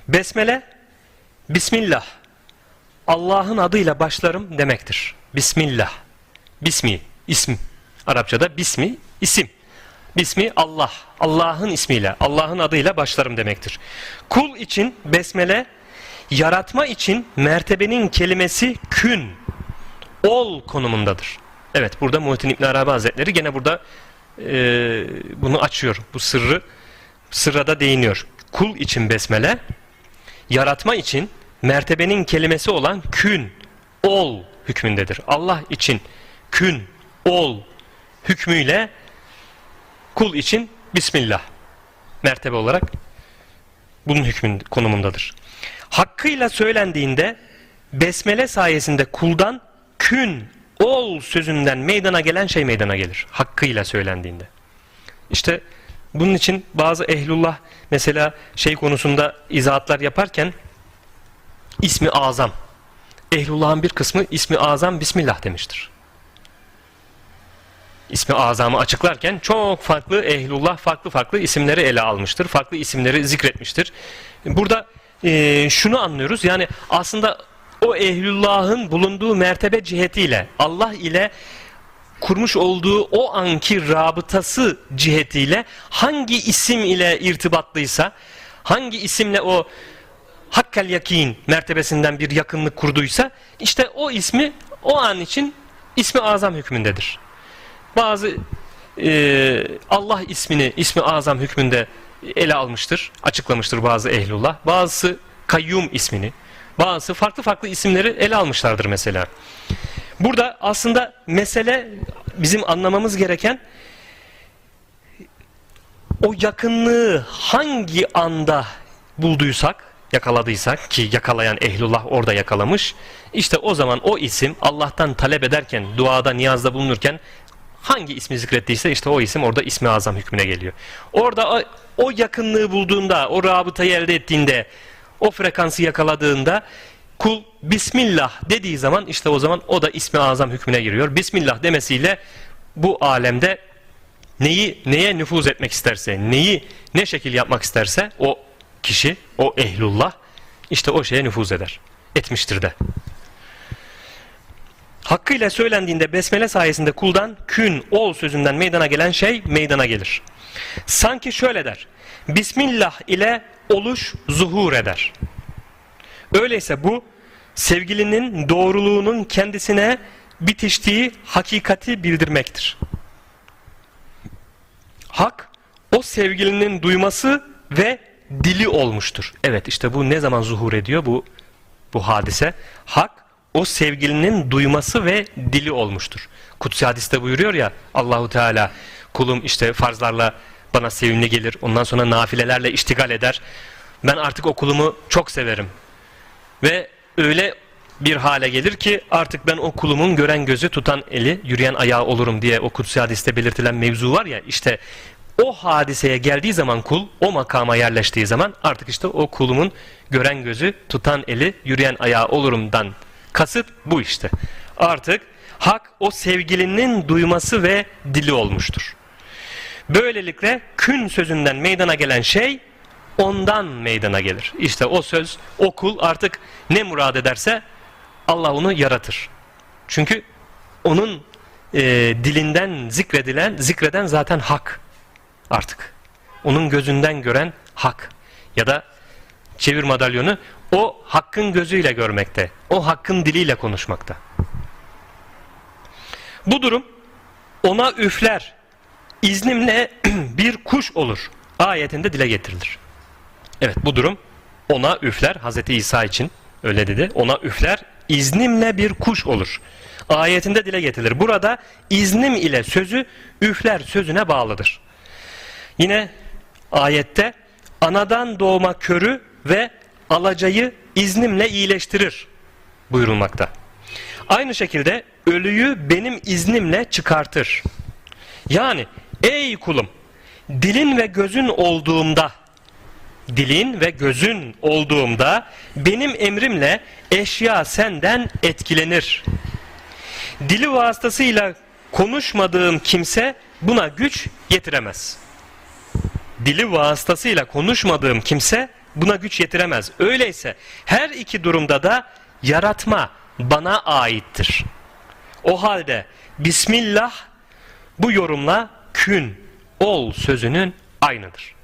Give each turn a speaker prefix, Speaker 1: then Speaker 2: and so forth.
Speaker 1: Besmele, Bismillah, Allah'ın adıyla başlarım demektir. Bismillah, Bismi, isim. Arapçada Bismi, isim. Bismi Allah, Allah'ın ismiyle, Allah'ın adıyla başlarım demektir. Kul için besmele, yaratma için mertebenin kelimesi kün, ol konumundadır. Evet, burada Muhittin İbn Arabi Hazretleri gene burada bunu açıyor. Bu sırra da değiniyor. Kul için besmele, yaratma için mertebenin kelimesi olan kün, ol hükmündedir. Allah için kün, ol hükmüyle kul için Bismillah mertebe olarak bunun hükmün konumundadır. Hakkıyla söylendiğinde besmele sayesinde kuldan kün, ol sözünden meydana gelen şey meydana gelir. Hakkıyla söylendiğinde. İşte bunun için bazı ehlullah mesela şey konusunda izahatlar yaparken ismi azam. Ehlullah'ın bir kısmı ismi azam Bismillah demiştir. İsmi azamı açıklarken çok farklı ehlullah farklı isimleri ele almıştır. Farklı isimleri zikretmiştir. Burada şunu anlıyoruz. Yani aslında o ehlullahın bulunduğu mertebe cihetiyle Allah ile kurmuş olduğu o anki rabıtası cihetiyle hangi isim ile irtibatlıysa, hangi isimle o hakkel yakin mertebesinden bir yakınlık kurduysa işte o ismi o an için ismi azam hükmündedir. Bazı Allah ismini ismi azam hükmünde ele almıştır, açıklamıştır bazı ehlullah. Bazısı kayyum ismini, bazısı farklı isimleri ele almışlardır mesela. Burada aslında mesele bizim anlamamız gereken o yakınlığı hangi anda bulduysak, yakaladıysak ki yakalayan ehlullah orada yakalamış. İşte o zaman o isim Allah'tan talep ederken, duada, niyazda bulunurken hangi ismi zikrettiyse işte o isim orada ismi azam hükmüne geliyor. Orada o yakınlığı bulduğunda, o rabıtayı elde ettiğinde, o frekansı yakaladığında kul Bismillah dediği zaman işte o zaman o da ismi azam hükmüne giriyor. Bismillah demesiyle bu alemde neye nüfuz etmek isterse, ne şekil yapmak isterse o kişi, o ehlullah işte o şeye nüfuz eder. Etmiştir de. Hakkıyla söylendiğinde besmele sayesinde kuldan kün, ol sözünden meydana gelen şey meydana gelir. Sanki şöyle der. Bismillah ile oluş zuhur eder. Öyleyse bu sevgilinin doğruluğunun kendisine bitiştiği hakikati bildirmektir. Hak o sevgilinin duyması ve dili olmuştur. Evet, işte bu ne zaman zuhur ediyor bu hadise? Hak o sevgilinin duyması ve dili olmuştur. Kutsi hadiste buyuruyor ya Allahu Teala, kulum işte farzlarla bana sevimli gelir, ondan sonra nafilelerle iştigal eder. Ben artık o kulumu çok severim. Ve öyle bir hale gelir ki artık ben o kulumun gören gözü, tutan eli, yürüyen ayağı olurum diye o kutsi hadiste belirtilen mevzu var ya, işte o hadiseye geldiği zaman kul, o makama yerleştiği zaman artık işte o kulumun gören gözü, tutan eli, yürüyen ayağı olurumdan kasıt bu işte. Artık hak o sevgilinin duyması ve dili olmuştur. Böylelikle kün sözünden meydana gelen şey ondan meydana gelir. İşte o söz, o kul artık ne murad ederse Allah onu yaratır. Çünkü onun dilinden zikreden zaten hak artık. Onun gözünden gören hak. Ya da çevir madalyonu, o hakkın gözüyle görmekte. O hakkın diliyle konuşmakta. Bu durum ona üfler, iznimle bir kuş olur ayetinde dile getirilir. Evet, bu durum ona üfler, Hazreti İsa için öyle dedi. Ona üfler, iznimle bir kuş olur ayetinde dile getirilir. Burada iznim ile sözü üfler sözüne bağlıdır. Yine ayette anadan doğma körü ve alacayı iznimle iyileştirir buyurulmakta. Aynı şekilde ölüyü benim iznimle çıkartır. Yani ey kulum, dilin ve gözün olduğumda benim emrimle eşya senden etkilenir. Dili vasıtasıyla konuşmadığım kimse buna güç yetiremez. Dili vasıtasıyla konuşmadığım kimse buna güç yetiremez. Öyleyse her iki durumda da yaratma bana aittir. O halde Bismillah bu yorumla kün, ol sözünün aynıdır.